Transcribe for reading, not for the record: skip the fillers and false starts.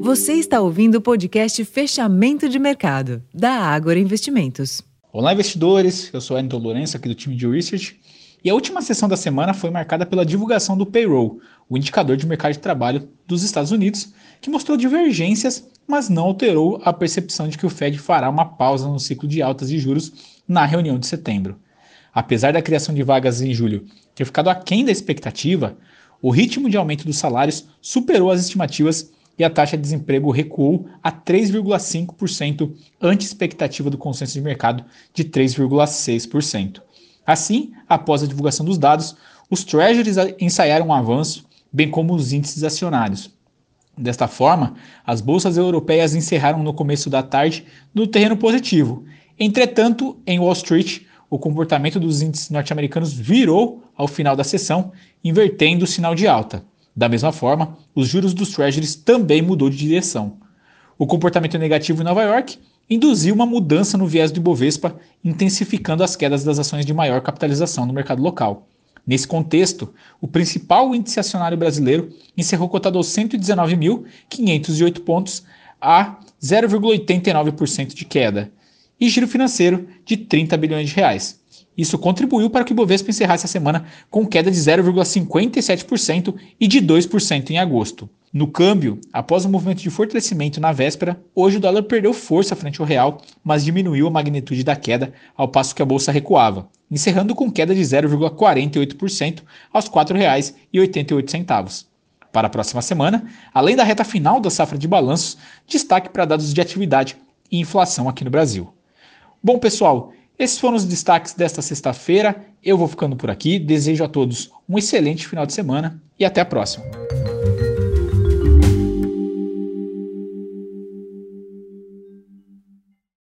Você está ouvindo o podcast Fechamento de Mercado, da Ágora Investimentos. Olá, investidores! Eu sou Wellington Lourenço, aqui do time de Research. E a última sessão da semana foi marcada pela divulgação do Payroll, o indicador de mercado de trabalho dos Estados Unidos, que mostrou divergências, mas não alterou a percepção de que o Fed fará uma pausa no ciclo de altas de juros na reunião de setembro. Apesar da criação de vagas em julho ter ficado aquém da expectativa, o ritmo de aumento dos salários superou as estimativas e a taxa de desemprego recuou a 3,5% ante expectativa do consenso de mercado de 3,6%. Assim, após a divulgação dos dados, os Treasuries ensaiaram um avanço, bem como os índices acionários. Desta forma, as bolsas europeias encerraram no começo da tarde no terreno positivo. Entretanto, em Wall Street, o comportamento dos índices norte-americanos virou ao final da sessão, invertendo o sinal de alta. Da mesma forma, os juros dos Treasuries também mudou de direção. O comportamento negativo em Nova York induziu uma mudança no viés do Ibovespa, intensificando as quedas das ações de maior capitalização no mercado local. Nesse contexto, o principal índice acionário brasileiro encerrou cotado aos 119.508 pontos, a 0,89% de queda, e giro financeiro de 30 bilhões de reais. Isso contribuiu para que o Ibovespa encerrasse a semana com queda de 0,57% e de 2% em agosto. No câmbio, após o movimento de fortalecimento na véspera, hoje o dólar perdeu força frente ao real, mas diminuiu a magnitude da queda ao passo que a bolsa recuava, encerrando com queda de 0,48% aos R$ 4,88. Para a próxima semana, além da reta final da safra de balanços, destaque para dados de atividade e inflação aqui no Brasil. Bom, pessoal, esses foram os destaques desta sexta-feira. Eu vou ficando por aqui. Desejo a todos um excelente final de semana e até a próxima.